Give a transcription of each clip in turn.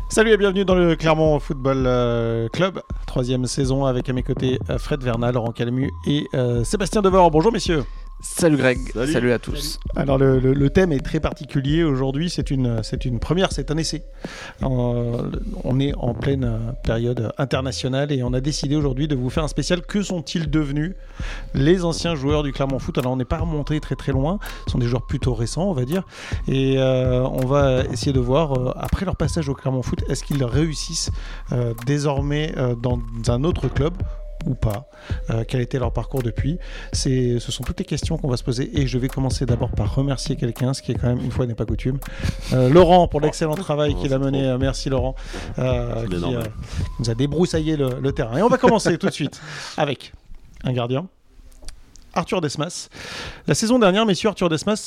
Salut et bienvenue dans le Clermont Football Club, 3e saison avec à mes côtés Fred Vernal, Laurent Calmu et Sébastien Devor. Bonjour messieurs. Salut Greg, salut à tous. Alors le thème est très particulier aujourd'hui, c'est une première, c'est un essai. On est en pleine période internationale et on a décidé aujourd'hui de vous faire un spécial. Que sont-ils devenus les anciens joueurs du Clermont Foot? Alors on n'est pas remonté très très loin, ce sont des joueurs plutôt récents on va dire. Et on va essayer de voir, après leur passage au Clermont Foot, est-ce qu'ils réussissent désormais dans un autre club ou pas, quel était leur parcours depuis. Ce sont toutes les questions qu'on va se poser et je vais commencer d'abord par remercier quelqu'un, ce qui est quand même une fois n'est pas coutume, Laurent, pour l'excellent travail qu'il a mené. Merci Laurent, qui nous a débroussaillé le terrain. Et on va commencer tout de suite avec un gardien, Arthur Desmas. La saison dernière, messieurs, Arthur Desmas,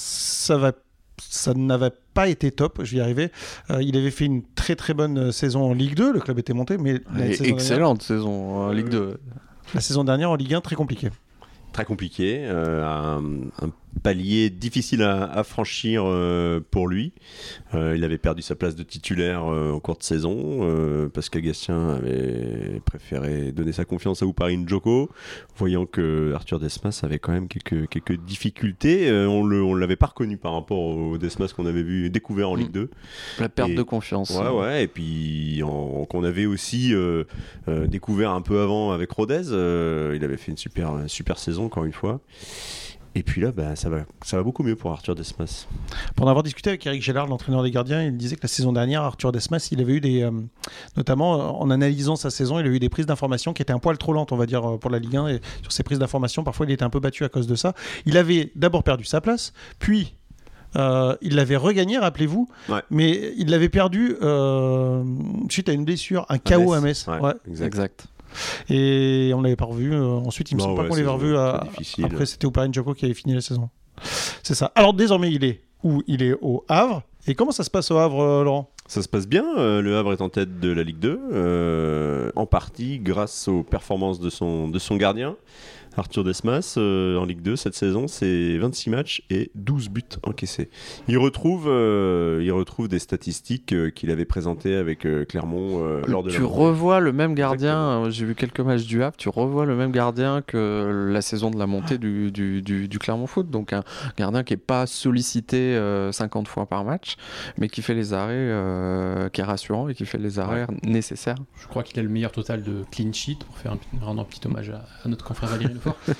ça n'avait pas été top, je vais y arriver. Il avait fait une très très bonne saison en Ligue 2, le club était monté, mais excellente saison en Ligue 2. La saison dernière en Ligue 1, très compliqué. Très compliqué, un palier difficile à franchir pour lui. Il avait perdu sa place de titulaire en cours de saison parce qu'Agastien avait préféré donner sa confiance à Oupari Njoko, voyant que Arthur Desmas avait quand même quelques difficultés. On l'avait pas reconnu par rapport au Desmas qu'on avait découvert en Ligue 2. La perte de confiance. Ouais, et puis qu'on avait aussi découvert un peu avant avec Rodez. Il avait fait une super saison encore une fois. Et puis là, ça va beaucoup mieux pour Arthur Desmas. Pour en avoir discuté avec Eric Gellard, l'entraîneur des gardiens, il disait que la saison dernière, Arthur Desmas, il avait eu notamment en analysant sa saison, il a eu des prises d'informations qui étaient un poil trop lentes, on va dire, pour la Ligue 1. Et sur ces prises d'informations, parfois, il était un peu battu à cause de ça. Il avait d'abord perdu sa place, puis il l'avait regagné, rappelez-vous, ouais. Mais il l'avait perdu suite à une blessure, un KO à Metz. Ouais, exact. Et on ne l'avait pas revu ensuite, il me semble pas qu'on l'avait revu après c'était Oupari Njoko qui avait fini la saison. C'est ça. Alors désormais il est où? Il est au Havre. Et comment ça se passe au Havre, Laurent? Ça se passe bien, le Havre est en tête de la Ligue 2, en partie grâce aux performances de son gardien. Arthur Desmas, en Ligue 2 cette saison, c'est 26 matchs et 12 buts encaissés. Il retrouve des statistiques qu'il avait présentées avec Clermont lors de Tu revois le même gardien, j'ai vu quelques matchs du Havre, tu revois le même gardien que la saison de la montée du Clermont Foot. Donc un gardien qui n'est pas sollicité 50 fois par match, mais qui fait les arrêts, qui est rassurant et qui fait les arrêts nécessaires. Je crois qu'il a le meilleur total de clean sheet, pour rendre un petit hommage à notre confrère Valérie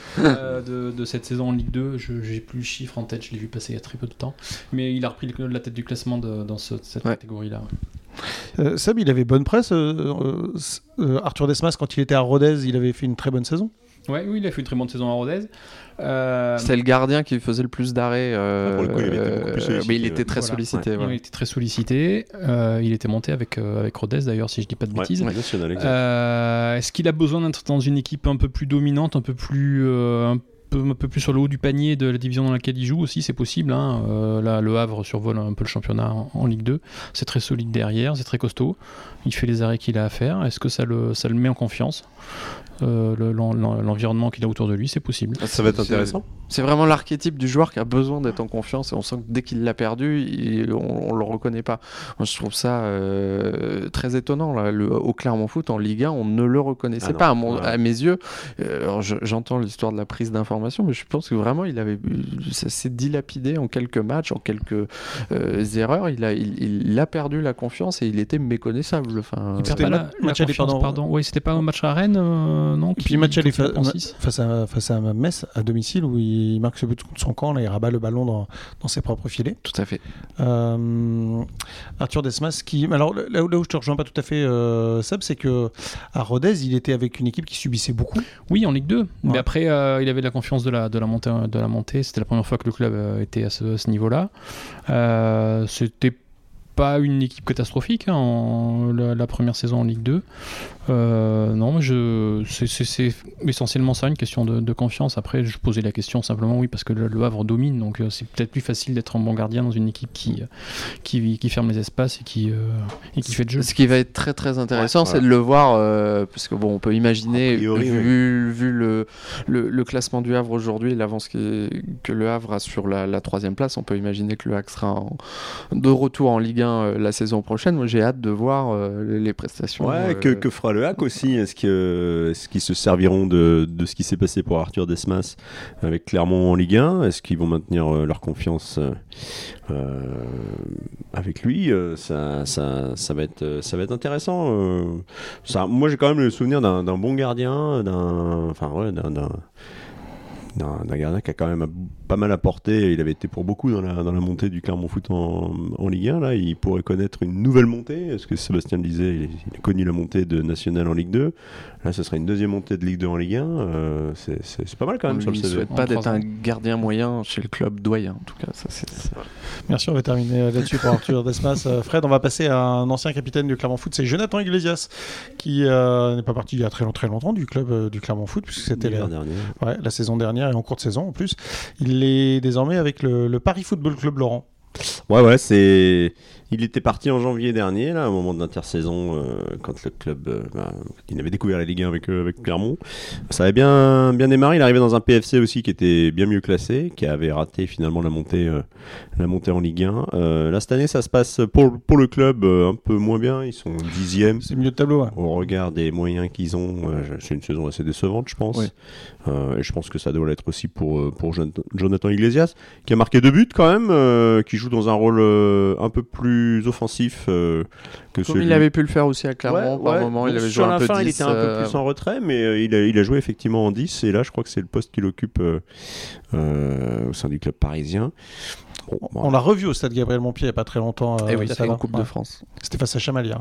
de cette saison en Ligue 2. J'ai plus le chiffre en tête, je l'ai vu passer il y a très peu de temps, mais il a repris la tête du classement dans cette catégorie-là. Seb, il avait bonne presse. Arthur Desmas, quand il était à Rodez, il avait fait une très bonne saison. Oui, il a fait une très bonne saison à Rodez. C'était le gardien qui faisait le plus d'arrêts. Pour le coup, il avait été beaucoup plus sollicité. Mais il était très sollicité. Ouais. Il était très sollicité. Il était monté avec Rodez, d'ailleurs, si je ne dis pas de bêtises. National, est-ce qu'il a besoin d'être dans une équipe un peu plus dominante, un peu plus sur le haut du panier de la division dans laquelle il joue aussi? C'est possible. Là, le Havre survole un peu le championnat en Ligue 2. C'est très solide derrière, c'est très costaud. Il fait les arrêts qu'il a à faire. Est-ce que ça le met en confiance? L'environnement qu'il a autour de lui, c'est possible. Ça va être intéressant. C'est vraiment l'archétype du joueur qui a besoin d'être en confiance, et on sent que dès qu'il l'a perdu, on le reconnaît pas. Moi, je trouve ça très étonnant. Là. Au Clermont Foot, en Ligue 1, on ne le reconnaissait pas à mes yeux. J'entends l'histoire de la prise d'information, mais je pense que vraiment, ça s'est dilapidé en quelques matchs, en quelques erreurs. Il a perdu la confiance et il était méconnaissable. Enfin, il perdait la confiance, pardon. Oui, c'était pas un match à Rennes, non? Et puis match face à Metz à domicile où il marque ce but contre son camp, là, il rabat le ballon dans ses propres filets. Tout à fait. Arthur Desmas alors là où je te rejoins pas tout à fait, Seb, c'est que à Rodez il était avec une équipe qui subissait beaucoup. Oui, en Ligue 2. Ouais. Mais après il avait de la confiance de la montée. C'était la première fois que le club était à ce niveau-là. C'était pas une équipe catastrophique la première saison en Ligue 2. Non, c'est essentiellement ça, une question de confiance. Après, je posais la question simplement, oui, parce que le Havre domine, donc c'est peut-être plus facile d'être un bon gardien dans une équipe qui ferme les espaces et qui fait le jeu. Ce qui va être très très intéressant, c'est de le voir, parce que bon, on peut imaginer, vu le classement du Havre aujourd'hui et l'avance que le Havre a sur la 3e place, on peut imaginer que le Havre sera de retour en Ligue 1 la saison prochaine. Moi, j'ai hâte de voir les prestations. Ouais, que fera le HAC aussi? Est-ce qu'ils se serviront de ce qui s'est passé pour Arthur Desmas avec Clermont en Ligue 1? Est-ce qu'ils vont maintenir leur confiance avec lui? Ça va être intéressant. Moi, j'ai quand même le souvenir d'un bon gardien, d'un gardien qui a quand même pas mal apporté. Il avait été pour beaucoup dans la montée du Clermont Foot en Ligue 1. Là, il pourrait connaître une nouvelle montée. Est-ce que Sébastien le disait, il a connu la montée de National en Ligue 2. Là, ce serait une deuxième montée de Ligue 2 en Ligue 1. C'est pas mal quand même sur le CV. Il ne souhaite pas d'être un gardien moyen chez le club doyen, en tout cas. Ça. Merci, on va terminer là-dessus pour Arthur Desmas. Fred, on va passer à un ancien capitaine du Clermont Foot, c'est Jonathan Iglesias, qui n'est pas parti il y a très longtemps du club du Clermont Foot, puisque c'était la saison dernière et en cours de saison en plus. Il est désormais avec le Paris Football Club Laurent. Ouais, il était parti en janvier dernier, là, au moment de l'intersaison, quand le club, il avait découvert la Ligue 1 avec Clermont. Ça avait bien démarré. Il arrivait dans un PFC aussi qui était bien mieux classé, qui avait raté finalement la montée en Ligue 1. Là, cette année, ça se passe pour le club un peu moins bien. Ils sont 10e. C'est milieu de tableau. Ouais. Au regard des moyens qu'ils ont, c'est une saison assez décevante, je pense. Oui. Et je pense que ça doit l'être aussi pour Jonathan Iglesias, qui a marqué 2 buts quand même, qui joue dans un rôle un peu plus offensif que celui... il avait pu le faire aussi à Clermont par moment. Il avait joué un peu 10. Il était un peu plus en retrait, mais il a joué effectivement en 10. Et là, je crois que c'est le poste qu'il occupe au sein du club parisien. Bon, on l'a revu au stade Gabriel Montpied il n'y a pas très longtemps. Oui, c'était en Coupe de France. C'était face à Chamalières.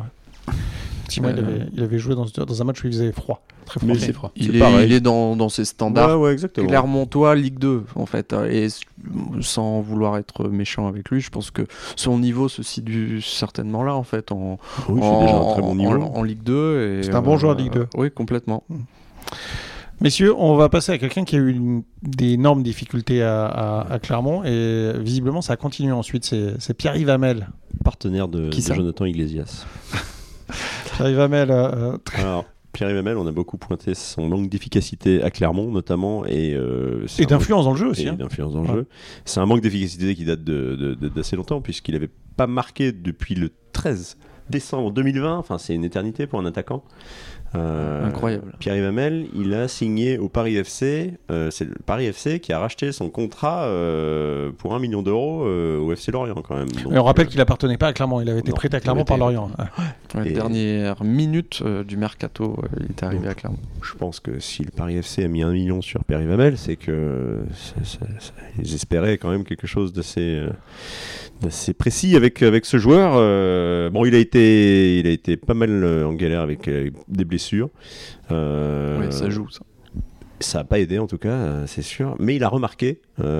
Il avait joué dans un match où il faisait froid. Très froid. Mais froid. Il est dans ses standards. Ouais, exactement. Clermontois, Ligue 2, en fait. Et sans vouloir être méchant avec lui, je pense que son niveau se situe certainement là, en fait. C'est déjà un très bon niveau. En Ligue 2. C'est un bon joueur de Ligue 2. Oui, complètement. Messieurs, on va passer à quelqu'un qui a eu d'énormes difficultés à Clermont et visiblement ça a continué ensuite. C'est Pierre-Yves Hamel. Partenaire de Jonathan Iglesias. Pierre-Yves Hamel. Alors, Pierre-Yves Hamel, on a beaucoup pointé son manque d'efficacité à Clermont notamment et d'influence dans le jeu aussi. D'influence dans le jeu. C'est un manque d'efficacité qui date d'assez longtemps puisqu'il n'avait pas marqué depuis le 13 décembre 2020. Enfin, c'est une éternité pour un attaquant. Incroyable. Pierre-Yves Hamel, il a signé au Paris FC. C'est le Paris FC qui a racheté son contrat pour 1 million d'euros au FC Lorient quand même. Donc, et on rappelle qu'il n'appartenait pas à Clermont. Il avait été prêté à Clermont par Lorient. La dernière minute du mercato, il est arrivé à Clermont. Je pense que si le Paris FC a mis 1 million sur Pierre-Yves Hamel, c'est que ils espéraient quand même quelque chose d'assez précis avec ce joueur. Bon, il a été pas mal en galère avec des blessures. Oui, ça joue ça. Ça n'a pas aidé en tout cas, c'est sûr. Mais il a remarqué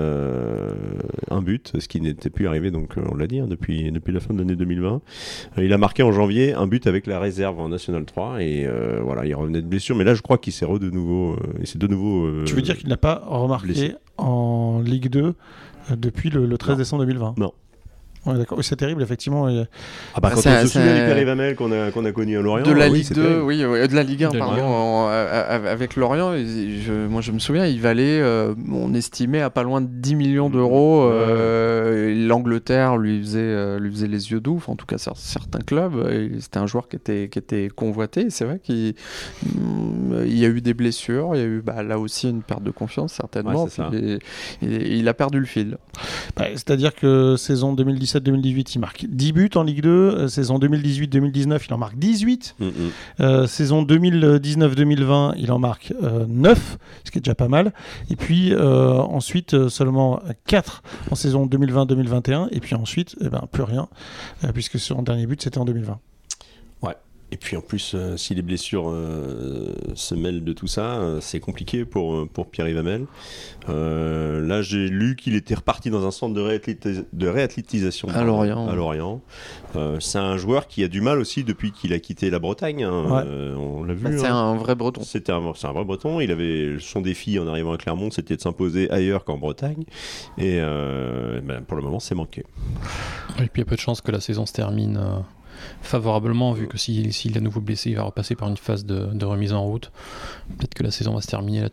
un but, ce qui n'était plus arrivé, donc on l'a dit, depuis la fin de l'année 2020. Il a marqué en janvier un but avec la réserve en National 3 et voilà, il revenait de blessure. Mais là, je crois qu'il s'est de nouveau. Tu veux dire qu'il n'a pas remarqué blessé en Ligue 2 depuis le 13 décembre 2020 ? Non. Ouais, d'accord. Oui, c'est terrible, effectivement. Quand on se souvient du Pierre-Yves Hamel qu'on a connu à Lorient. De la Ligue 2, de la Ligue 1, pardon, avec Lorient. Moi, je me souviens, il valait, on estimait à pas loin de 10 millions d'euros. L'Angleterre lui faisait les yeux doux, en tout cas certains clubs. C'était un joueur qui était convoité. C'est vrai qu'il y a eu des blessures, il y a eu là aussi une perte de confiance, certainement. Ouais, il a perdu le fil. C'est-à-dire que saison 2017-2018, il marque 10 buts en Ligue 2. Saison 2018-2019, il en marque 18. Saison 2019-2020, il en marque 9, ce qui est déjà pas mal. Et puis ensuite, seulement 4 en saison 2020-2021. Et puis ensuite, plus rien, puisque son dernier but, c'était en 2020. Ouais. Et puis en plus, si les blessures se mêlent de tout ça, c'est compliqué pour Pierre-Yves Hamel. Là, j'ai lu qu'il était reparti dans un centre de réathlétisation à Lorient. C'est un joueur qui a du mal aussi depuis qu'il a quitté la Bretagne. On l'a vu. C'est un vrai Breton. C'est un vrai Breton. Il avait son défi en arrivant à Clermont, c'était de s'imposer ailleurs qu'en Bretagne. Et pour le moment, c'est manqué. Et puis il y a peu de chances que la saison se termine favorablement, vu que s'il est à nouveau blessé, il va repasser par une phase de remise en route. Peut-être que la saison va se terminer là-dessus.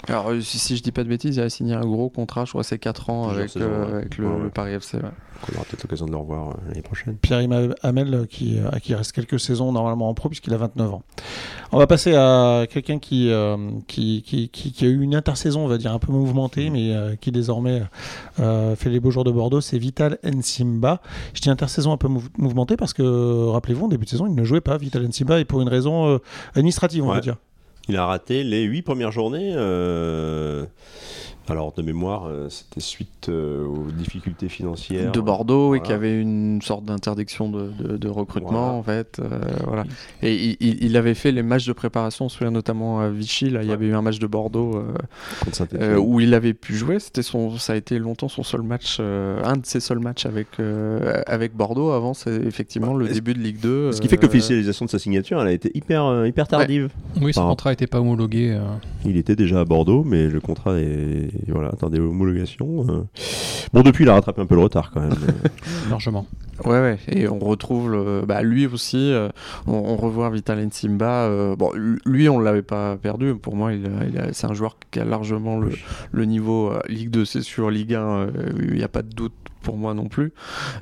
Alors, si je dis pas de bêtises, il a signé un gros contrat, je crois que c'est 4 ans avec le Paris FC. Ouais. On aura peut-être l'occasion de le revoir l'année prochaine. Pierre-Yves Hamel, à qui reste quelques saisons normalement en pro, puisqu'il a 29 ans. On va passer à quelqu'un qui a eu une intersaison, on va dire, un peu mouvementée, mais qui désormais fait les beaux jours de Bordeaux, c'est Vital Nsimba. Je dis intersaison un peu mouvementée parce que, rappelez-vous, en début de saison, il ne jouait pas, Vital Nsimba, et pour une raison administrative, on va dire. Il a raté les 8 premières journées. Alors, de mémoire, c'était suite aux difficultés financières de Bordeaux, et qu'il y avait une sorte d'interdiction de recrutement, en fait. Voilà. Et il avait fait les matchs de préparation, on se souvient notamment à Vichy, là, il y avait eu un match de Bordeaux où il avait pu jouer. Ça a été longtemps son seul match, un de ses seuls matchs avec Bordeaux. Avant, c'est effectivement le début de Ligue 2. Ce qui fait que l'officialisation de sa signature, elle a été hyper tardive. Ouais. Oui, son contrat n'était pas homologué. Il était déjà à Bordeaux, mais le contrat attendez homologation. Bon, depuis, il a rattrapé un peu le retard quand même. Largement. Ouais, et on retrouve lui aussi. On revoit Vital Nsimba. Bon, lui, on ne l'avait pas perdu. Pour moi, c'est un joueur qui a largement le niveau Ligue 2, c'est sûr. Ligue 1, il n'y a pas de doute pour moi non plus.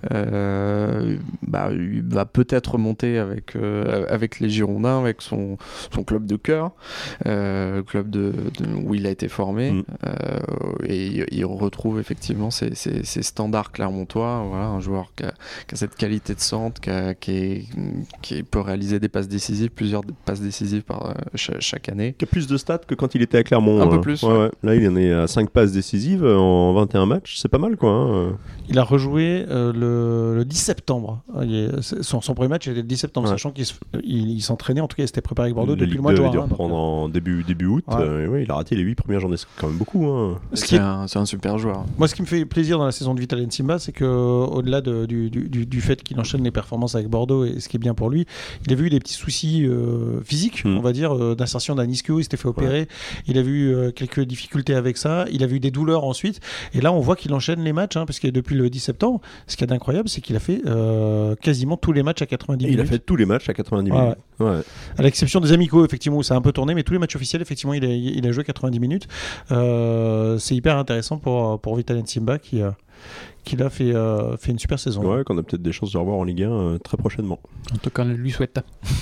Il va peut-être monter avec les Girondins, avec son club de cœur, club où il a été formé, et il retrouve effectivement ses standards clermontois. Voilà, un joueur qui a cette qualité de centre, qui peut réaliser des passes décisives, plusieurs passes décisives chaque année. Qui a plus de stats que quand il était à Clermont. Un peu plus. Ouais. Là, il en est à 5 passes décisives en 21 matchs. C'est pas mal, quoi. Il a rejoué le 10 septembre. Son premier match était le 10 septembre, sachant qu'il s'entraînait, en tout cas il s'était préparé avec Bordeaux depuis le mois de juin. Il a dû reprendre en début août. Il a raté les 8 premières journées, c'est quand même beaucoup. C'est un super joueur. Moi, ce qui me fait plaisir dans la saison de Vital Nsimba, c'est qu'au-delà du fait qu'il enchaîne les performances avec Bordeaux, et ce qui est bien pour lui, il avait eu des petits soucis physiques, on va dire, d'insertion d'un ischio, il s'était fait opérer. Il a vu quelques difficultés avec ça, il a vu des douleurs ensuite, et là on voit qu'il enchaîne les matchs, parce que depuis le 10 septembre, ce qui est incroyable, c'est qu'il a fait quasiment tous les matchs à 90 minutes. Il a fait tous les matchs à 90 minutes. Ouais. À l'exception des amicaux, effectivement, où ça a un peu tourné, mais tous les matchs officiels, effectivement, il a joué 90 minutes. C'est hyper intéressant pour Vital Nsimba qui a fait une super saison. Ouais, qu'on a peut-être des chances de revoir en Ligue 1 très prochainement. En tout cas, on lui souhaite.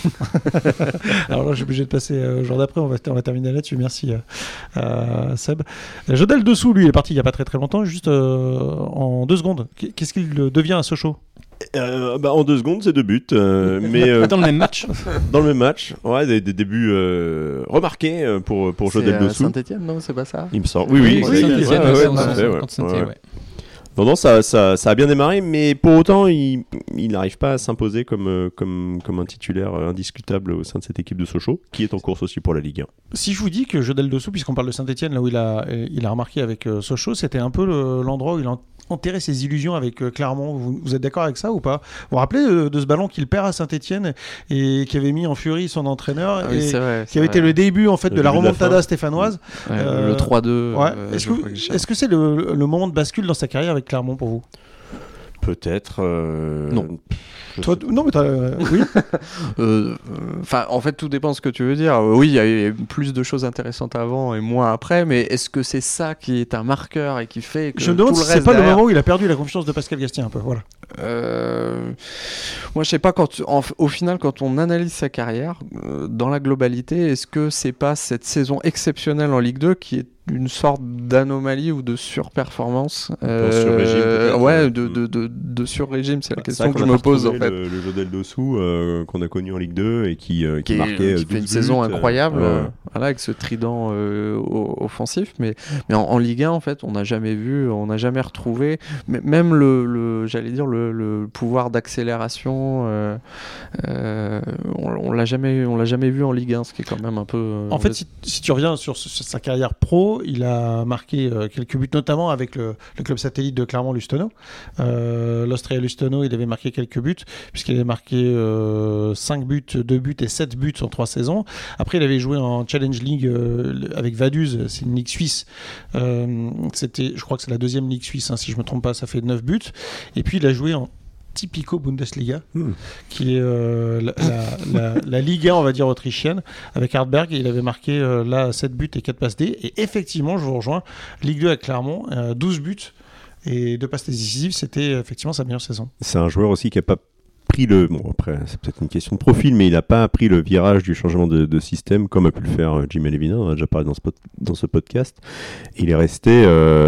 Alors là, je suis obligé de passer au jour d'après. On va terminer là-dessus. Merci, Seb. Jodel Dessous, lui, il est parti il n'y a pas très très longtemps. Juste en 2 secondes. Qu'est-ce qu'il devient à Sochaux? En 2 secondes, c'est 2 buts. Mais dans le même match. Dans le même match, ouais, des débuts remarqués pour Jodel Dessous. Saint-Etienne, non, c'est pas ça? Il me semble. Oui, Saint-Etienne. Non, ça a bien démarré, mais pour autant, il n'arrive pas à s'imposer comme un titulaire indiscutable au sein de cette équipe de Sochaux, qui est en course aussi pour la Ligue 1. Si je vous dis que Jodel Dessous, puisqu'on parle de Saint-Etienne, là où il a remarqué avec Sochaux, c'était un peu l'endroit où il a enterré ses illusions avec Clermont. Vous êtes d'accord avec ça ou pas? Vous vous rappelez de ce ballon qu'il perd à Saint-Etienne et qui avait mis en furie son entraîneur, qui avait été le début en fait de la remontada stéphanoise. Le 3-2. Ouais. Est-ce que c'est le moment de bascule dans sa carrière avec Clermont pour vous? Peut-être. Non. Non, mais oui. En fait, tout dépend de ce que tu veux dire. Oui, il y a plus de choses intéressantes avant et moins après, mais est-ce que c'est ça qui est un marqueur et qui fait que je me demande si c'est pas le moment où il a perdu la confiance de Pascal Gastien un peu. Voilà. Moi, je sais pas, au final, quand on analyse sa carrière, dans la globalité, est-ce que c'est pas cette saison exceptionnelle en Ligue 2 qui est une sorte d'anomalie ou de surperformance de sur-régime, c'est la question que je me pose en fait. Le Jodel Dessous qu'on a connu en Ligue 2 et qui marquait qui fait une saison incroyable avec ce trident offensif, mais en Ligue 1 en fait on n'a jamais retrouvé même le pouvoir d'accélération, on l'a jamais vu en Ligue 1, ce qui est quand même un peu en fait si tu reviens sur sa carrière pro, il a marqué quelques buts, notamment avec le club satellite de Clermont-Lustenau. L'Austria Lustenau, il avait marqué quelques buts, puisqu'il avait marqué 5 buts, 2 buts et 7 buts en 3 saisons. Après, il avait joué en Challenge League avec Vaduz, c'est une ligue suisse. Je crois que c'est la 2e ligue suisse, si je ne me trompe pas, ça fait 9 buts. Et puis, il a joué en typico Bundesliga, qui est la Ligue 1, on va dire, autrichienne, avec Hartberg. Il avait marqué là 7 buts et 4 passes D. Et effectivement, je vous rejoins, Ligue 2 à Clermont, 12 buts et 2 passes décisives, c'était effectivement sa meilleure saison. C'est un joueur aussi qui n'a pas pris bon après c'est peut-être une question de profil, mais il n'a pas pris le virage du changement de système comme a pu le faire Jim Levina, on a déjà parlé dans ce podcast. Il est resté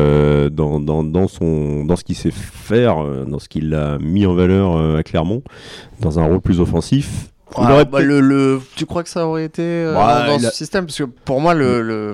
dans ce qu'il sait faire, dans ce qu'il a mis en valeur à Clermont, dans un rôle plus offensif. Tu crois que ça aurait été dans ce système? Parce que pour moi,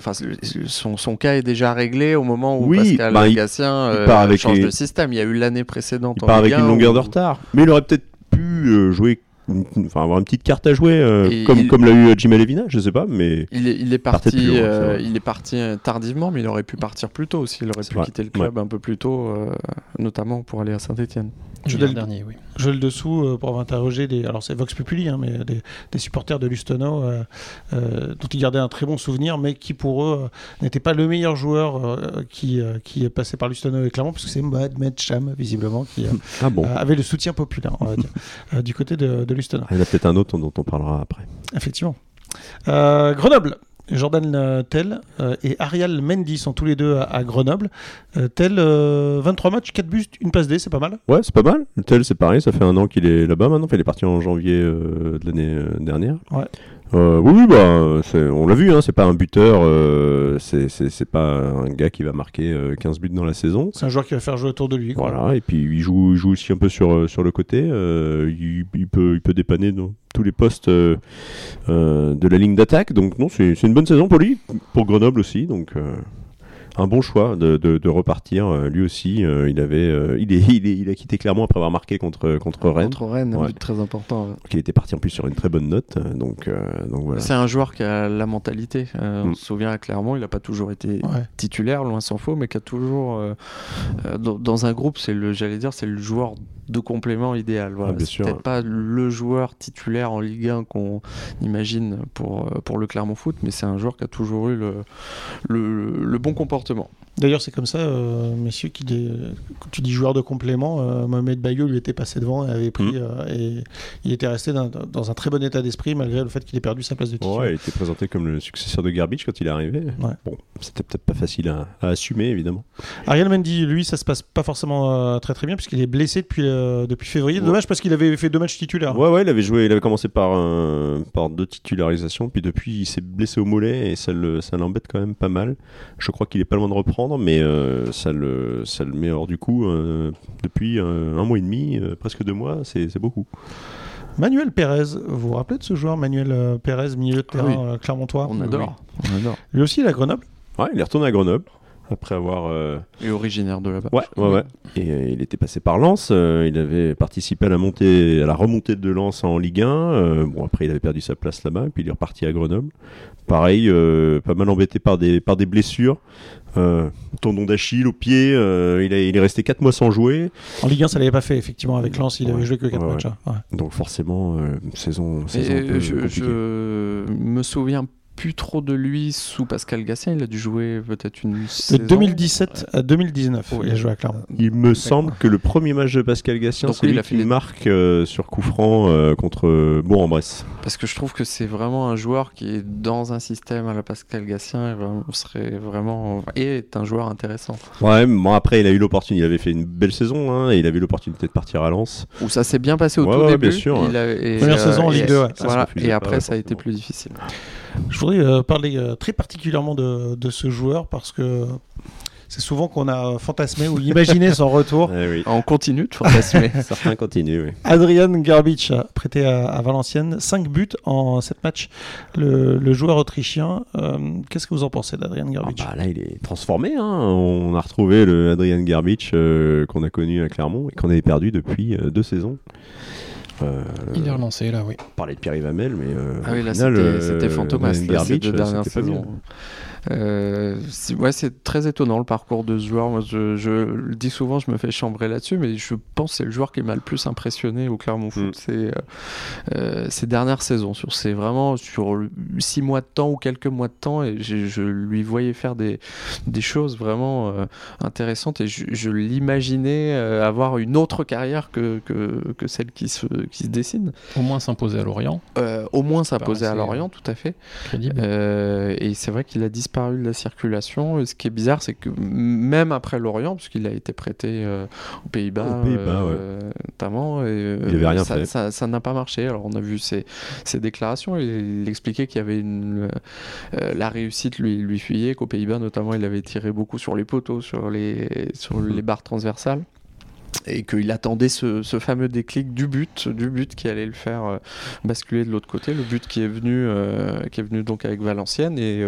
son cas est déjà réglé au moment où Pascal Gatien change de système. Il y a eu l'année précédente. Il part avec une longueur de retard. Mais il aurait peut-être pu jouer, avoir une petite carte à jouer, comme l'a eu Jim Levina, je sais pas, mais il est parti tardivement, mais il aurait pu partir plus tôt aussi. Il aurait pu quitter le club un peu plus tôt, notamment pour aller à Saint-Etienne. Je le dessous pour avoir interrogé alors c'est Vox Populi, mais des supporters de Lustenau dont ils gardaient un très bon souvenir, mais qui pour eux n'était pas le meilleur joueur qui est passé par Lustenau et Clermont, parce que c'est Mohamed Cham visiblement qui avait le soutien populaire, on va dire, du côté de Lustenau. Il y en a peut-être un autre dont on parlera après. Effectivement. Grenoble. Jordan Tell et Ariel Mendy sont tous les deux à Grenoble. Tell, 23 matchs, 4 buts, une passe D, c'est pas mal. Ouais, c'est pas mal. Tell, c'est pareil, ça fait un an qu'il est là-bas maintenant. Il est parti en janvier de l'année dernière. Ouais. Oui, on l'a vu, c'est pas un buteur, c'est pas un gars qui va marquer 15 buts dans la saison. C'est un joueur qui va faire jouer autour de lui. Quoi. Voilà, et puis il joue aussi un peu sur le côté. Il peut dépanner dans tous les postes de la ligne d'attaque. Donc non, c'est une bonne saison pour lui, pour Grenoble aussi. Donc un bon choix de repartir. Lui aussi, il a quitté Clermont après avoir marqué contre Rennes. Contre Rennes, un but très important. Il était parti en plus sur une très bonne note. Donc voilà. C'est un joueur qui a la mentalité. On se souvient à Clermont, il n'a pas toujours été titulaire, loin s'en faut, mais qui a toujours dans un groupe, c'est le joueur de complément idéal. Voilà. C'est peut-être pas le joueur titulaire en Ligue 1 qu'on imagine pour le Clermont Foot, mais c'est un joueur qui a toujours eu le bon comportement. D'ailleurs, c'est comme ça, messieurs, quand tu dis joueur de complément, Mohamed Bayo lui était passé devant et avait pris, et il était resté dans un très bon état d'esprit malgré le fait qu'il ait perdu sa place de titulaire. Ouais, il était présenté comme le successeur de Garbic quand il est arrivé. Ouais. Bon, c'était peut-être pas facile à assumer, évidemment. Ariel Mendy, lui, ça se passe pas forcément très très bien puisqu'il est blessé depuis février. Dommage parce qu'il avait fait 2 matchs titulaires. Ouais, il avait commencé par 2 titularisations, puis depuis il s'est blessé au mollet et ça l'embête quand même pas mal. Je crois qu'il est pas loin de reprendre, mais ça le met hors du coup depuis 1 mois et demi, presque 2 mois, c'est beaucoup. Manuel Pérez, vous vous rappelez de ce joueur, Manuel Pérez, milieu de terrain clermontois? On adore. Lui aussi, il est à Grenoble. Ouais, il est retourné à Grenoble après avoir... Et originaire de là-bas. Ouais. Et il était passé par Lens. Il avait participé à la remontée de Lens en Ligue 1. Après, il avait perdu sa place là-bas. Et puis, il est reparti à Grenoble. Pareil, pas mal embêté par des blessures. Tendon d'Achille au pied. Il est resté 4 mois sans jouer. En Ligue 1, ça ne l'avait pas fait, effectivement. Avec Lens, il avait joué que 4 matchs. Ouais. Donc, forcément, saison je me souviens plus trop de lui sous Pascal Gatien. Il a dû jouer peut-être une saison. De 2017 à 2019, il a joué à Clermont. Il me semble que le premier match de Pascal Gatien, c'est lui qui marque sur coup franc contre Bourg-en-Bresse. Parce que je trouve que c'est vraiment un joueur qui est dans un système à la Pascal Gatien est un joueur intéressant. Ouais, après il a eu l'opportunité, il avait fait une belle saison, et il avait l'opportunité de partir à Lens. Où ça s'est bien passé au tout début. Bien sûr. Première saison en Ligue 2. Et après ça a été plus difficile. Je voudrais parler très particulièrement de ce joueur parce que c'est souvent qu'on a fantasmé ou imaginé son retour. Oui. On continue de fantasmer. Certains continuent, oui. Adrian Garbic, prêté à Valenciennes, 5 buts en 7 matchs. Le joueur autrichien, qu'est-ce que vous en pensez d'Adrian Garbic? Là, il est transformé. On a retrouvé le Adrian Garbic qu'on a connu à Clermont et qu'on avait perdu depuis 2 saisons. Il est relancé là, oui. On parlait de Pierre-Yves Hamel, mais oui, là final, c'était Fantomas ces deux dernières saisons. C'est très étonnant le parcours de ce joueur. Moi, je le dis souvent, je me fais chambrer là-dessus, mais je pense que c'est le joueur qui m'a le plus impressionné au Clermont Foot ces dernières saisons. Vraiment sur 6 mois de temps ou quelques mois de temps, et je lui voyais faire des choses vraiment intéressantes, et je l'imaginais avoir une autre carrière que celle qui se dessine. Au moins s'imposer à Lorient. Tout à fait. Crédible. Et c'est vrai qu'il a disparu de la circulation. Ce qui est bizarre, c'est que même après Lorient, puisqu'il a été prêté aux Pays-Bas, notamment, il n'avait rien fait. Ça n'a pas marché. Alors on a vu ses déclarations. Il expliquait qu'il y avait la réussite lui fuyait, qu'aux Pays-Bas notamment, il avait tiré beaucoup sur les poteaux, sur les barres transversales, et qu'il attendait ce fameux déclic du but qui allait le faire basculer de l'autre côté, le but qui est venu donc avec Valenciennes. Et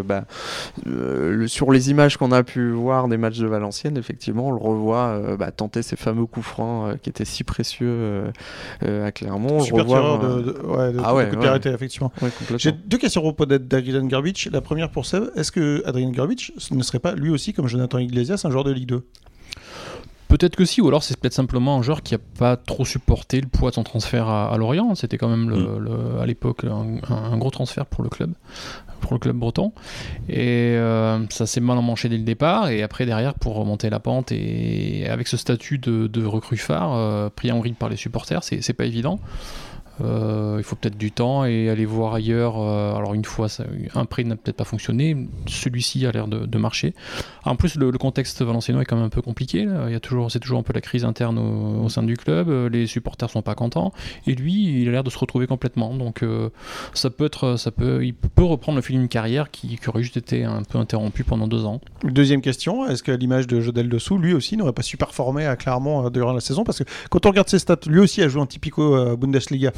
sur les images qu'on a pu voir des matchs de Valenciennes, effectivement on le revoit tenter ces fameux coups francs qui étaient si précieux à Clermont. Super tireur de coup de pied arrêté, effectivement. Ouais, j'ai 2 questions à propos d'Adrian Garbic. La première pour Seb, est-ce que Adrian Garbic ne serait pas lui aussi, comme Jonathan Iglesias, un joueur de Ligue 2? Peut-être que si, ou alors c'est peut-être simplement un joueur qui n'a pas trop supporté le poids de son transfert à Lorient. C'était quand même à l'époque un gros transfert pour le club breton. Et ça s'est mal emmanché dès le départ. Et après, derrière, pour remonter la pente, et avec ce statut de recrue phare, pris en ride par les supporters, c'est pas évident. Il faut peut-être du temps et aller voir ailleurs. Alors une fois, un prêt n'a peut-être pas fonctionné, celui-ci a l'air de marcher. En plus, le contexte valenciennois est quand même un peu compliqué. Là. C'est toujours un peu la crise interne au sein du club. Les supporters sont pas contents et lui, il a l'air de se retrouver complètement. Donc il peut reprendre le fil d'une carrière qui aurait juste été un peu interrompue pendant 2 ans. Deuxième question, est-ce qu'à l'image de Jodel Dessous, lui aussi n'aurait pas super formé à Clermont durant la saison? Parce que quand on regarde ses stats, lui aussi a joué en typico Bundesliga.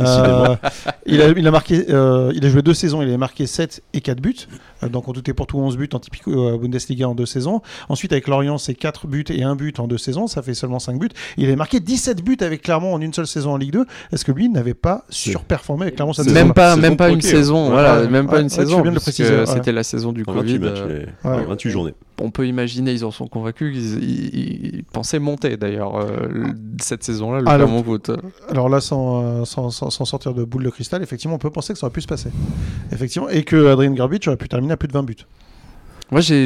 Il a joué 2 saisons, il a marqué 7 et 4 buts, donc en tout et pour tout 11 buts en typico Bundesliga en 2 saisons. Ensuite avec Lorient, c'est 4 buts et 1 but en 2 saisons, ça fait seulement 5 buts. Il a marqué 17 buts avec Clermont en une seule saison en Ligue 2. Est-ce que lui n'avait pas surperformé avec Clermont cette saison? Même pas une saison, une saison, bien de le préciser, c'était la saison du Covid. 28 journées. On peut imaginer, ils en sont convaincus, ils pensaient monter d'ailleurs cette saison-là, le Clermont Foot. Alors là, sans sortir de boule de cristal, effectivement, on peut penser que ça aurait pu se passer. Effectivement, et que Adrian Garbic aurait pu terminer à plus de 20 buts. Moi, je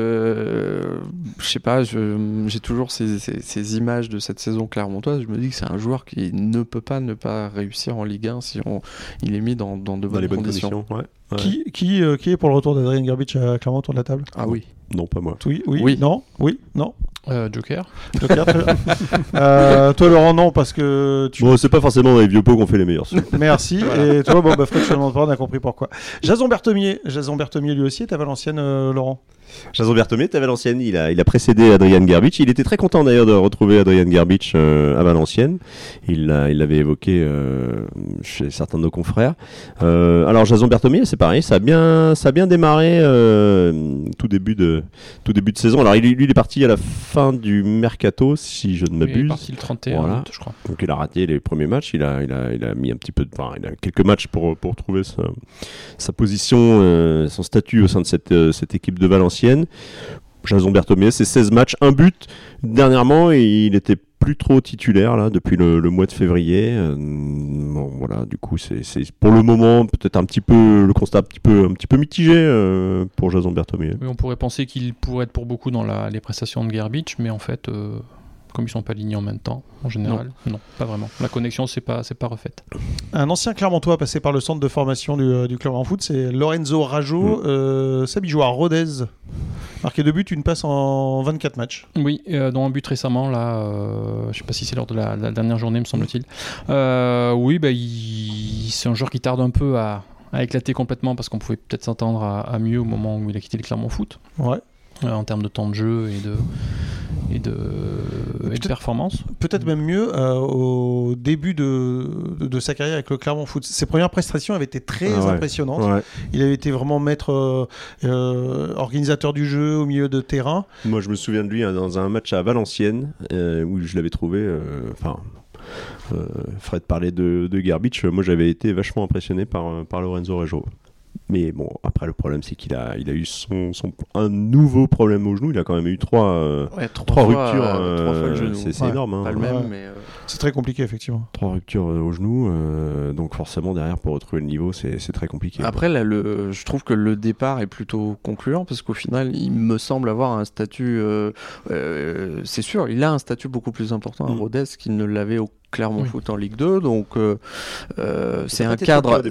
sais pas, j'ai toujours ces images de cette saison clermontoise. Je me dis que c'est un joueur qui ne peut pas ne pas réussir en Ligue 1 si il est mis dans de bonnes conditions. Ouais. Qui est pour le retour d'Adrian Garbic à Clermont autour de la table? Ah oui. Non, pas moi. Oui. Non. Joker, très bien. Toi, Laurent, non, parce que Bon, c'est pas forcément dans les vieux pots qu'on fait les meilleurs. Merci. Voilà. Et toi, Fred, je te demande pas, on a compris pourquoi. Jason Berthomier, Lui aussi est à Valenciennes, Laurent. Jason Berthomier est à Valenciennes, il a précédé Adrian Garbic. Il était très content d'ailleurs de retrouver Adrian Garbic à Valenciennes. Il l'avait évoqué chez certains de nos confrères. Alors Jason Berthomier, c'est pareil, ça a bien démarré tout début de saison. Alors lui, il est parti à la fin du mercato, si je ne m'abuse. Il est parti le 31 août, je crois. Donc il a raté les premiers matchs. Il a mis un petit peu, il a quelques matchs pour trouver sa position, son statut au sein de cette équipe de Valenciennes. Jason Berthomier, c'est 16 matchs, 1 but. Dernièrement, il était plus trop titulaire là depuis le mois de février. Voilà, du coup, c'est pour le moment peut-être un petit peu le constat un petit peu mitigé pour Jason Berthomier. Oui, on pourrait penser qu'il pourrait être pour beaucoup dans les prestations de Garbic, mais en fait, comme ils sont pas alignés en même temps, en général, non, pas vraiment. La connexion, c'est pas refaite. Un ancien Clermontois passé par le centre de formation du Clermont Foot, c'est Lorenzo Rajo. Seb, il joue à Rodez. Marqué 2 buts, une passe en 24 matchs. Oui, dont un but récemment, là, je sais pas si c'est lors de la dernière journée, me semble-t-il. Oui, c'est un joueur qui tarde un peu à éclater complètement, parce qu'on pouvait peut-être s'attendre à mieux au moment où il a quitté le Clermont Foot. Ouais. En termes de temps de jeu et de performance. Peut-être même mieux au début de sa carrière avec le Clermont Foot. Ses premières prestations avaient été très impressionnantes. Ouais. Il avait été vraiment maître organisateur du jeu au milieu de terrain. Moi, je me souviens de lui dans un match à Valenciennes où je l'avais trouvé... Fred parlait de Garbage. Moi, j'avais été vachement impressionné par Lorenzo Reggio. Mais bon, après le problème c'est qu'il a eu un nouveau problème au genou. Il a quand même eu trois ruptures. C'est énorme. Hein. Pas le même, mais c'est très compliqué effectivement. 3 ruptures au genou, donc forcément derrière pour retrouver le niveau, c'est très compliqué. Après là, je trouve que le départ est plutôt concluant parce qu'au final, il me semble avoir un statut. C'est sûr, il a un statut beaucoup plus important à Rodez qu'il ne l'avait au Clermont Foot en Ligue 2, donc c'est un cadre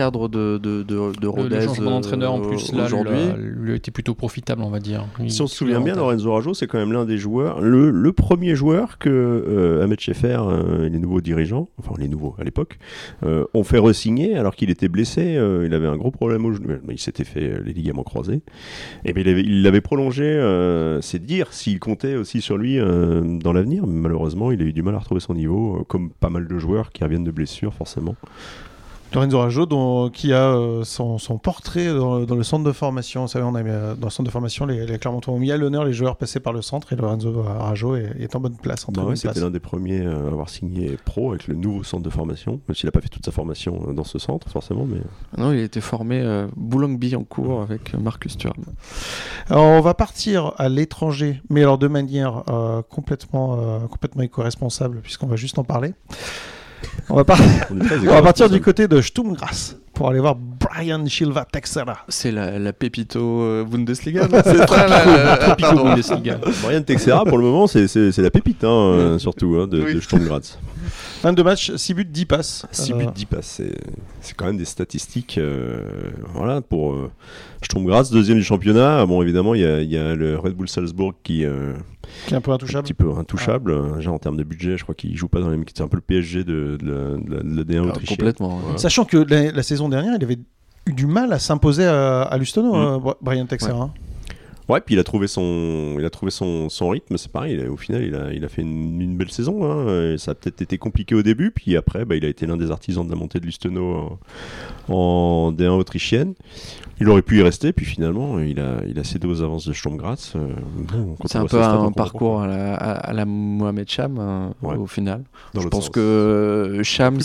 de Rodez. Le changement d'entraîneur en plus là aujourd'hui, lui a été plutôt profitable, on va dire. Si on se souvient bien, Lorenzo Reggio, c'est quand même l'un des joueurs, le premier joueur que Ahmed Scheffer, les nouveaux dirigeants, enfin les nouveaux à l'époque, ont fait re-signer alors qu'il était blessé. Il avait un gros problème au genou, il s'était fait les ligaments croisés, et bien il l'avait prolongé. C'est dire s'il comptait aussi sur lui dans l'avenir, mais malheureusement il a eu du mal à retrouver son niveau. Comme pas mal de joueurs qui reviennent de blessures, forcément. Lorenzo Reggio, qui a son portrait dans le centre de formation. Vous savez, on a mis, dans le centre de formation, les Clermontois ont mis à l'honneur les joueurs passés par le centre, et Lorenzo Reggio est en bonne place. C'était l'un des premiers à avoir signé pro avec le nouveau centre de formation, même s'il n'a pas fait toute sa formation dans ce centre, forcément. Mais... Non, il a été formé Boulogne-Billancourt avec Marcus Thuram. Alors, on va partir à l'étranger, mais alors de manière complètement éco-responsable, puisqu'on va juste en parler. On va partir du côté de Sturm Graz pour aller voir Brian Silva Texera. C'est la Pépito Bundesliga, non, c'est ça la Bundesliga. Brian Texera, pour le moment, c'est la pépite, surtout, de Sturm Graz. 22 matchs, 6 buts, 10 passes. 6 buts, 10 passes, c'est quand même des statistiques. Voilà, pour Sturm Graz, deuxième du championnat. Bon, évidemment, il y a le Red Bull Salzbourg qui est un peu intouchable. Un petit peu intouchable. Genre en termes de budget, je crois qu'il joue pas dans les. C'est un peu le PSG de la D1 autrichien. Complètement. Ouais. Sachant que la saison dernière, il avait eu du mal à s'imposer à Lustenau, Brian Texera. Ouais. Ouais, puis il a trouvé son rythme, c'est pareil. Au final, il a fait une belle saison. Hein. Ça a peut-être été compliqué au début, puis après, il a été l'un des artisans de la montée de Lustenau en D1 autrichienne. Il aurait pu y rester, puis finalement, il a cédé aux avances de Sturm Graz. C'est un peu un parcours à la Mohamed Cham, au final. Je pense que Cham,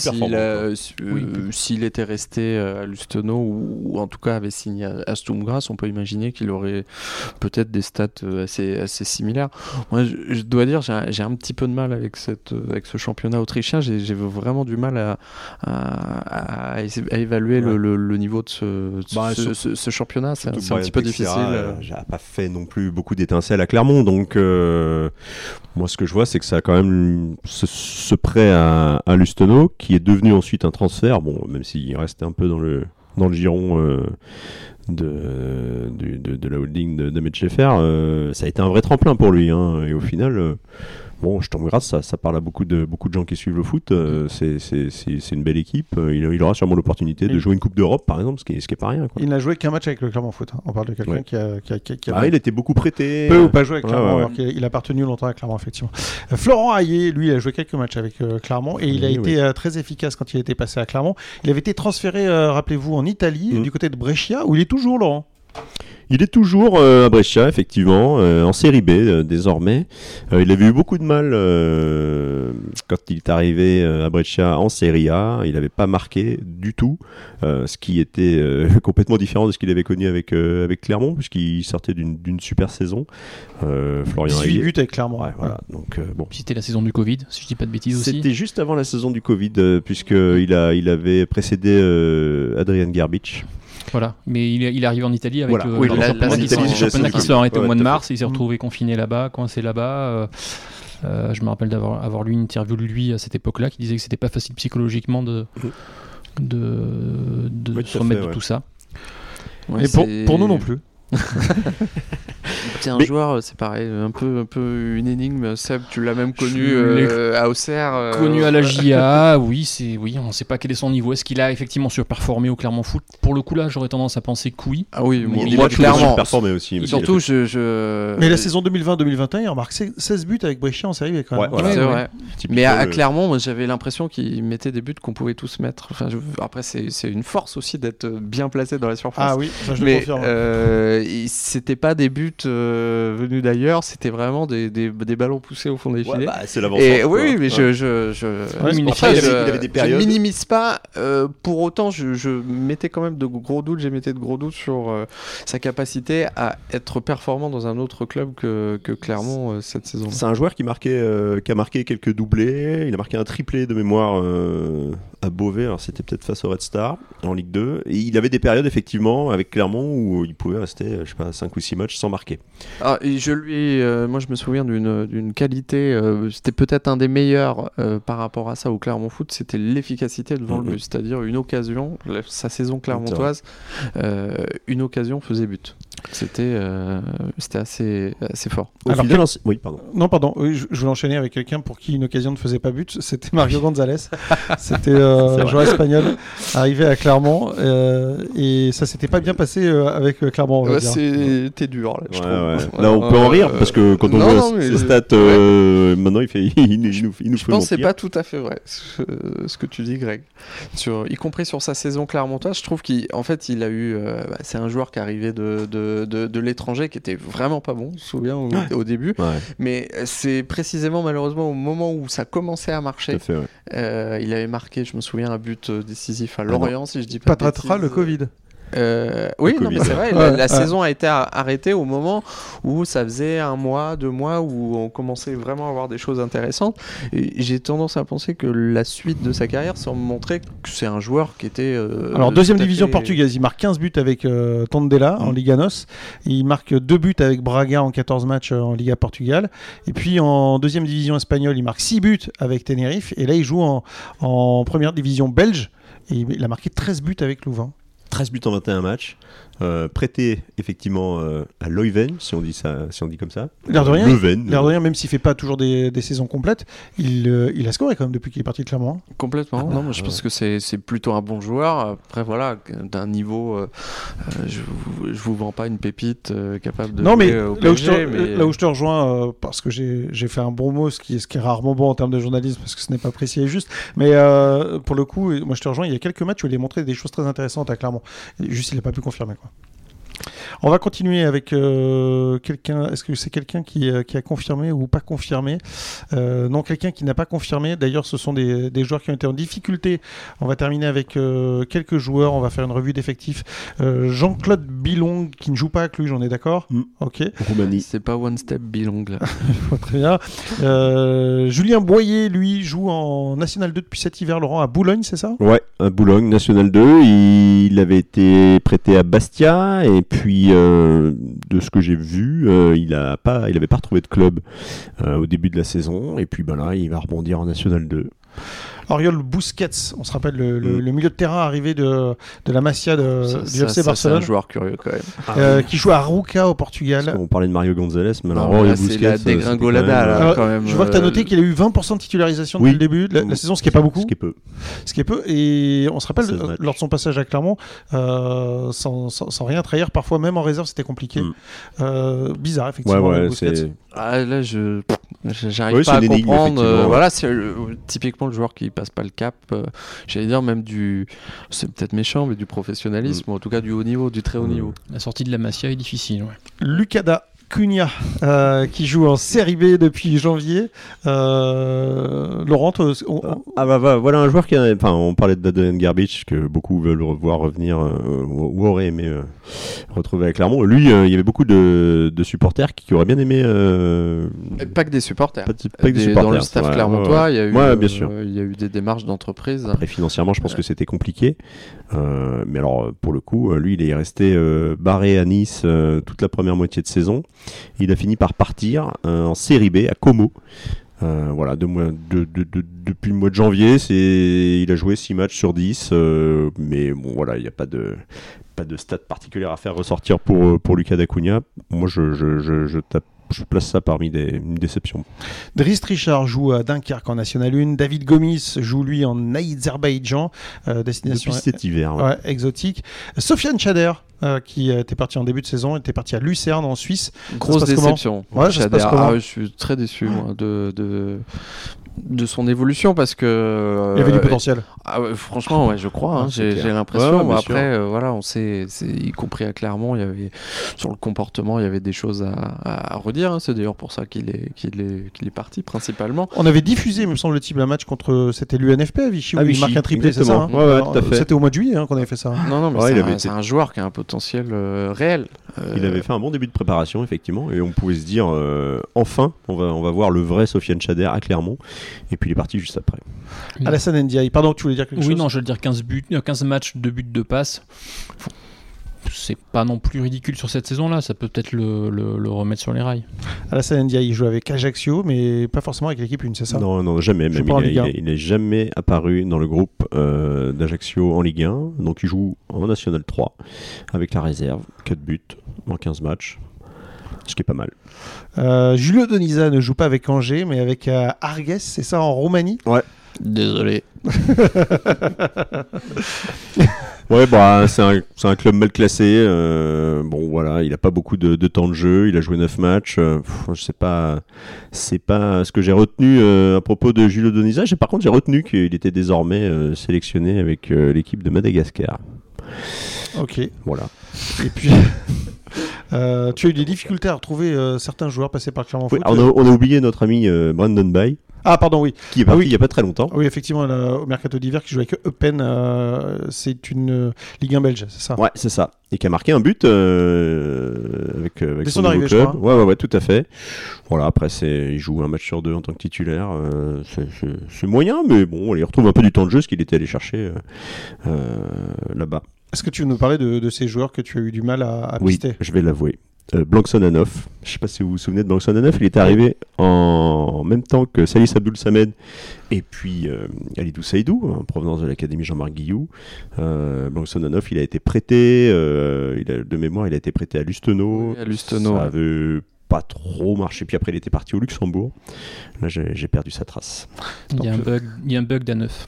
s'il était resté à Lustenau, ou en tout cas avait signé à Sturm Graz, on peut imaginer qu'il aurait peut-être des stats assez similaires. Moi, je dois dire, j'ai un petit peu de mal avec ce championnat autrichien. J'ai vraiment du mal à évaluer le niveau de ce championnat. C'est un petit peu difficile. J'ai pas fait non plus beaucoup d'étincelles à Clermont, donc moi ce que je vois, c'est que ça a quand même ce prêt à Lustenau qui est devenu ensuite un transfert. Bon, même s'il reste un peu dans le giron de la holding de Ahmed Scheffer, ça a été un vrai tremplin pour lui, et au final Sturm Graz, ça parle à beaucoup de gens qui suivent le foot. C'est une belle équipe. Il aura sûrement l'opportunité de jouer une Coupe d'Europe, par exemple, ce qui est pas rien, quoi. Il n'a joué qu'un match avec le Clermont Foot. On parle de quelqu'un qui a il était beaucoup prêté. Peu ou pas joué avec Clermont, alors qu'il a appartenu longtemps à Clermont, effectivement. Florent Hayé, lui, il a joué quelques matchs avec Clermont et il a été très efficace quand il était passé à Clermont. Il avait été transféré, rappelez-vous, en Italie, du côté de Brescia, où il est toujours, Laurent. Il est toujours à Brescia, effectivement, en série B désormais. Il avait eu beaucoup de mal quand il est arrivé à Brescia en série A. Il n'avait pas marqué du tout, ce qui était complètement différent de ce qu'il avait connu avec Clermont, puisqu'il sortait d'une super saison. Florian 18 buts avec Clermont. Ouais, voilà. Donc, bon. C'était la saison du Covid, si je dis pas de bêtises aussi. C'était juste avant la saison du Covid, puisqu'il avait précédé Adrian Garbage. Voilà, mais il est arrivé en Italie avec le championnat qui s'est arrêté au mois de mars, il s'est retrouvé confiné là-bas, coincé là-bas. Je me rappelle d'avoir lu une interview de lui à cette époque-là qui disait que c'était pas facile psychologiquement de se remettre de tout ça. Ouais, et pour nous non plus. C'est un joueur, c'est pareil, un peu une énigme. Seb, tu l'as même connu à Auxerre. Connu à la JA, oui, on ne sait pas quel est son niveau. Est-ce qu'il a effectivement surperformé au Clermont Foot ? Pour le coup, là, j'aurais tendance à penser que oui. Ah oui, moi clairement. Il a surperformé aussi. Surtout, Mais la saison 2020-2021, il a marqué 16 buts avec Brescia en série. Quand même. C'est vrai. Mais à Clermont, moi, j'avais l'impression qu'il mettait des buts qu'on pouvait tous mettre. Enfin, après, c'est une force aussi d'être bien placé dans la surface. Ah oui, ça je le confirme. C'était pas des buts venus d'ailleurs, c'était vraiment des ballons poussés au fond des filets. C'est l'avancement. Oui, mais il avait des périodes. Je minimise pas. Pour autant, je mettais quand même de gros doutes. J'émettais de gros doutes sur sa capacité à être performant dans un autre club que Clermont cette saison. C'est un joueur qui a marqué quelques doublés. Il a marqué un triplé de mémoire à Beauvais. Alors c'était peut-être face au Red Star en Ligue 2. Et il avait des périodes effectivement avec Clermont où il pouvait rester, 5 ou 6 matchs sans marquer. Et moi je me souviens d'une qualité. C'était peut-être un des meilleurs par rapport à ça au Clermont Foot. C'était l'efficacité devant le but, c'est-à-dire une occasion. Sa saison clermontoise, une occasion faisait but. C'était assez fort. Oui, pardon. Non, pardon. Oui, je voulais enchaîner avec quelqu'un pour qui une occasion ne faisait pas but. C'était Mario Gonzalez. C'était un joueur espagnol arrivé à Clermont et ça s'était pas bien passé avec Clermont. On va dire. C'était dur. Là, je trouve. Là, on peut en rire parce que quand on voit ses stats, maintenant il nous fait. Je pense que c'est pas tout à fait vrai ce que tu dis, Greg. Y compris sur sa saison clermontoise, je trouve qu'en fait il a eu. C'est un joueur qui arrivait de l'étranger qui était vraiment pas bon, je me souviens au début, mais c'est précisément malheureusement au moment où ça commençait à marcher. Tout à fait, il avait marqué, je me souviens, un but décisif à Lorient, si je dis pas de bêtises. Le Covid. Oui, non, mais c'est vrai, la saison a été arrêtée au moment où ça faisait 1 mois, 2 mois où on commençait vraiment à avoir des choses intéressantes. Et j'ai tendance à penser que la suite de sa carrière semble montrer que c'est un joueur qui était. Alors, deuxième division portugaise, il marque 15 buts avec Tondela en Liga NOS. Il marque 2 buts avec Braga en 14 matchs en Liga Portugal. Et puis en deuxième division espagnole, il marque 6 buts avec Tenerife. Et là, il joue en première division belge. Et il a marqué 13 buts avec Louvain. 13 buts en 21 matchs, prêté effectivement à Leuven, si on dit comme ça. L'air de rien, même s'il fait pas toujours des saisons complètes, il a scoré quand même depuis qu'il est parti de Clermont. Complètement. Non, je pense que c'est plutôt un bon joueur. Après voilà, d'un niveau, je vous vends pas une pépite capable de. Non, mais au PSG, là où je te rejoins, parce que j'ai fait un bon mot, ce qui est rarement bon en termes de journalisme, parce que ce n'est pas précis et juste. Mais pour le coup, moi je te rejoins. Il y a quelques matchs où il a montré des choses très intéressantes à Clermont. Juste, il n'a pas pu confirmer, quoi. On va continuer avec quelqu'un. Est-ce que c'est quelqu'un qui a confirmé ou pas confirmé? Non, quelqu'un qui n'a pas confirmé. D'ailleurs, ce sont des joueurs qui ont été en difficulté. On va terminer avec quelques joueurs. On va faire une revue d'effectifs. Jean-Claude Bilong, qui ne joue pas à Cluj, on est d'accord? Ok. Roumanie. C'est pas One Step Bilong, là. Très bien. Julien Boyer, lui, joue en National 2 depuis cet hiver, Laurent, à Boulogne, c'est ça? Ouais, à Boulogne, National 2. Il avait été prêté à Bastia et puis de ce que j'ai vu, il avait pas retrouvé de club au début de la saison et puis là il va rebondir en National 2. Oriol Busquets, on se rappelle le milieu de terrain arrivé de la Masia du FC Barcelone. C'est un joueur curieux quand même. Qui joue à Arouca au Portugal. On parlait de Mario Gonzalez, mais alors Oriol Busquets, c'est la dégringolada quand même. Je vois que tu as noté qu'il a eu 20% de titularisation depuis le début de la saison, ce qui n'est pas beaucoup. Ce qui est peu. Et on se rappelle, lors de son passage à Clermont, sans rien trahir, parfois même en réserve, c'était compliqué. Bizarre, effectivement. Busquets. Là, j'arrive pas à comprendre. Voilà, c'est typiquement le joueur qui passe pas le cap. J'allais dire même c'est peut-être méchant, mais du professionnalisme, ou en tout cas du haut niveau, du très haut niveau. La sortie de la Masia est difficile. Lucada Cunha, qui joue en Série B depuis janvier. Laurent, voilà un joueur on parlait d'Adrian Garbic, que beaucoup veulent voir revenir, ou auraient aimé retrouver à Clermont. Lui, il y avait beaucoup de supporters qui auraient bien aimé... Pas que des supporters. Pas que des supporters. Dans le staff clermontois, il y a eu, bien sûr. Il y a eu des démarches d'entreprise. Après, financièrement, je pense que c'était compliqué. Mais alors, pour le coup, lui, il est resté barré à Nice toute la première moitié de saison. Il a fini par partir en Série B à Como. Depuis le mois de janvier, il a joué 6 matchs sur 10. Mais bon, voilà, il n'y a pas de stats particulières à faire ressortir pour Lucas Cunha. Moi, je place ça parmi une déception. Drist Richard joue à Dunkerque en National 1. David Gomis joue lui en Azerbaïdjan, destination depuis cet hiver. Ouais, exotique. Sofiane Chader, qui était parti en début de saison, était parti à Lucerne en Suisse. Grosse déception. Ouais, Chader, je suis très déçu moi, de son évolution parce que il y avait du potentiel. Franchement, ouais, je crois. Ah, j'ai l'impression. Ouais, après, voilà, on sait, y compris à Clermont, il y avait sur le comportement, il y avait des choses à redire. Hein. C'est d'ailleurs pour ça qu'il est parti principalement. On avait diffusé, me semble-t-il, un match contre, c'était l'UNFP à Vichy où il Vichy, marque un triplé, c'est exactement. ça. Ouais, tout à fait. C'était au mois de juillet qu'on avait fait ça. Non, mais Ouais, c'est un joueur qui a un potentiel réel. Il avait fait un bon début de préparation, effectivement, et on pouvait se dire enfin, on va voir le vrai Sofiane Chader à Clermont. Et puis il est parti juste après. Alassane Ndiaye, pardon, tu voulais dire quelque chose ? Oui, non, je veux dire 15 matchs, 2 buts, 2 passes. C'est pas non plus ridicule sur cette saison-là, ça peut peut-être le remettre sur les rails. Alassane Ndiaye, il joue avec Ajaccio, mais pas forcément avec l'équipe 1, c'est ça ? Non, jamais. Même il n'est jamais apparu dans le groupe d'Ajaccio en Ligue 1. Donc il joue en National 3 avec la réserve, 4 buts en 15 matchs. Ce qui est pas mal. Julio Donisa ne joue pas avec Angers, mais avec Arges, c'est ça, en Roumanie ? Ouais. Désolé. Ouais, c'est un club mal classé. Bon, voilà, il a pas beaucoup de temps de jeu. Il a joué 9 matchs. Je sais pas, c'est pas ce que j'ai retenu à propos de Julio Donisa. Par contre, j'ai retenu qu'il était désormais sélectionné avec l'équipe de Madagascar. Ok. Voilà. Et puis, tu as eu des difficultés à retrouver certains joueurs passés par Clermont Foot. On a oublié notre ami Brandon Bay. Ah, pardon, oui. Qui est parti il n'y a pas très longtemps. Oui, effectivement, au mercato d'hiver, qui joue avec Eupen. C'est une Ligue 1 belge, c'est ça ? Ouais, c'est ça. Et qui a marqué un but avec son arrivée, club. je crois. Ouais, tout à fait. Voilà, après, il joue un match sur 2 en tant que titulaire. C'est moyen, mais bon, il retrouve un peu du temps de jeu, ce qu'il était allé chercher là-bas. Est-ce que tu veux nous parler de ces joueurs que tu as eu du mal à pister ? Oui, je vais l'avouer. Blankson Hanoff, je ne sais pas si vous vous souvenez de Blankson Hanoff, il était arrivé en même temps que Salis Abdoul Samed et puis Alidou Saïdou, en provenance de l'académie Jean-Marc Guillou. Blankson Hanoff, il a été prêté, de mémoire, il a été prêté à Lustenau. Oui, à Lustenau. Ça avait pas trop marché, puis après il était parti au Luxembourg. Là, j'ai perdu sa trace. Il y a un bug d'Hanoff.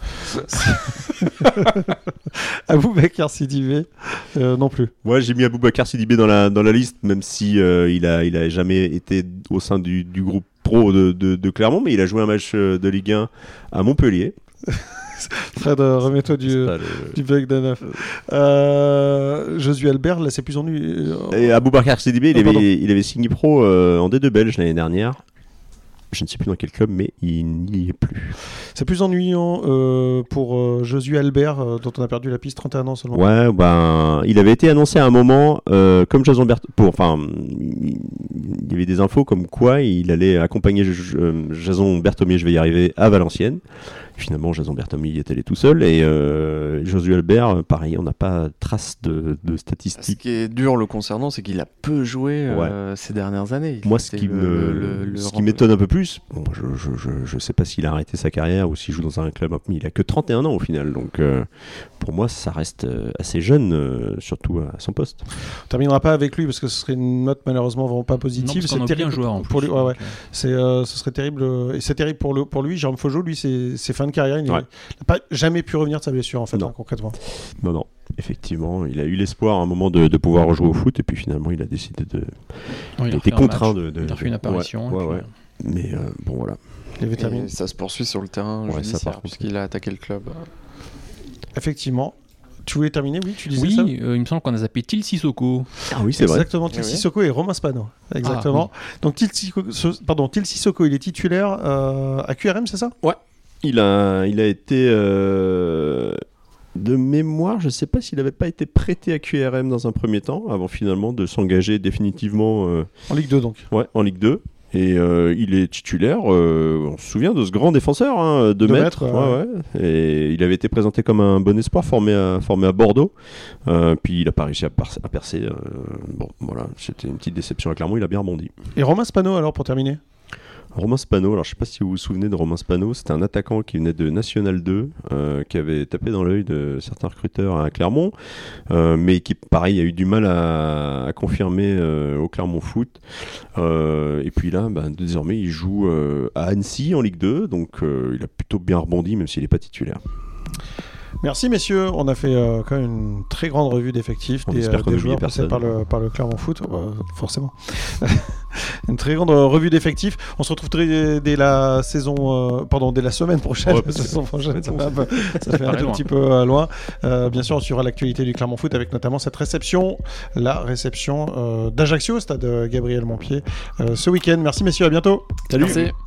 Aboubacar Sidibé, non plus. Moi, j'ai mis Aboubacar Sidibé dans la liste, même si il a jamais été au sein du groupe pro de Clermont, mais il a joué un match de Ligue 1 à Montpellier. Fred, remets-toi du bug d'Hanoff. Josué Albert, là, c'est plus ennuyeux. Et Aboubacar Sidibé, il avait signé pro en D2 belge l'année dernière. Je ne sais plus dans quel club, mais il n'y est plus. C'est plus ennuyant pour Josué Albert, dont on a perdu la piste, 31 ans seulement. Ouais, il avait été annoncé à un moment comme Jason Berthomé. Il y avait des infos comme quoi il allait accompagner Jason Berthomé, je vais y arriver, à Valenciennes. Finalement, Jason Berthomé y est allé tout seul. Et Josué Albert, pareil, on n'a pas trace de statistiques. Ce qui est dur le concernant, c'est qu'il a peu joué ces dernières années. Moi, ce qui m'étonne un peu plus, je ne sais pas s'il a arrêté sa carrière ou s'il joue dans un club, mais il a que 31 ans au final. Donc, pour moi, ça reste assez jeune, surtout à son poste. On ne terminera pas avec lui parce que ce serait une note malheureusement vraiment pas positive. Non, c'est terrible un joueur pour lui. Ouais. Ce serait terrible. Et c'est terrible pour lui. Jérôme Faugeot, lui, c'est fin de carrière. Il n'a pas jamais pu revenir de sa blessure, en fait, concrètement. Non. Effectivement, il a eu l'espoir à un moment de pouvoir rejouer au foot et puis finalement, il a décidé de. Il a été contraint de. Il a fait une apparition. Ouais. Mais bon, voilà. Il avait terminé. Ça se poursuit sur le terrain judiciaire puisqu'il a attaqué le club. Effectivement. Tu voulais terminer, oui, tu disais ça. Oui, il me semble qu'on a zappé Til Sissoko. Ah oui, c'est vrai. Exactement, Til Sissoko et Romain Spano. Exactement. Donc Til Sissoko, il est titulaire à QRM, c'est ça ? Ouais. Il a été de mémoire, je ne sais pas s'il n'avait pas été prêté à QRM dans un premier temps, avant finalement de s'engager définitivement en Ligue 2 donc. Ouais, en Ligue 2. Et il est titulaire, on se souvient de ce grand défenseur, 2 mètres. Ouais. Et il avait été présenté comme un bon espoir, formé à Bordeaux. Puis il n'a pas réussi à percer. Bon, voilà, c'était une petite déception à Clermont, il a bien rebondi. Et Romain Spano, alors, pour terminer ? Romain Spano, alors je ne sais pas si vous vous souvenez de Romain Spano, c'était un attaquant qui venait de National 2, qui avait tapé dans l'œil de certains recruteurs à Clermont, mais qui, pareil, a eu du mal à confirmer au Clermont Foot. Et puis là, désormais, il joue à Annecy en Ligue 2, donc il a plutôt bien rebondi, même s'il n'est pas titulaire. Merci messieurs, on a fait quand même une très grande revue d'effectifs des joueurs passés par le Clermont Foot, forcément. Une très grande revue d'effectifs. On se retrouve dès la semaine prochaine. La saison prochaine, ça fait un tout petit peu loin. Bien sûr, on suivra l'actualité du Clermont Foot avec notamment cette réception, la réception d'Ajaccio au stade Gabriel Montpied ce week-end. Merci messieurs, à bientôt. Salut. Merci.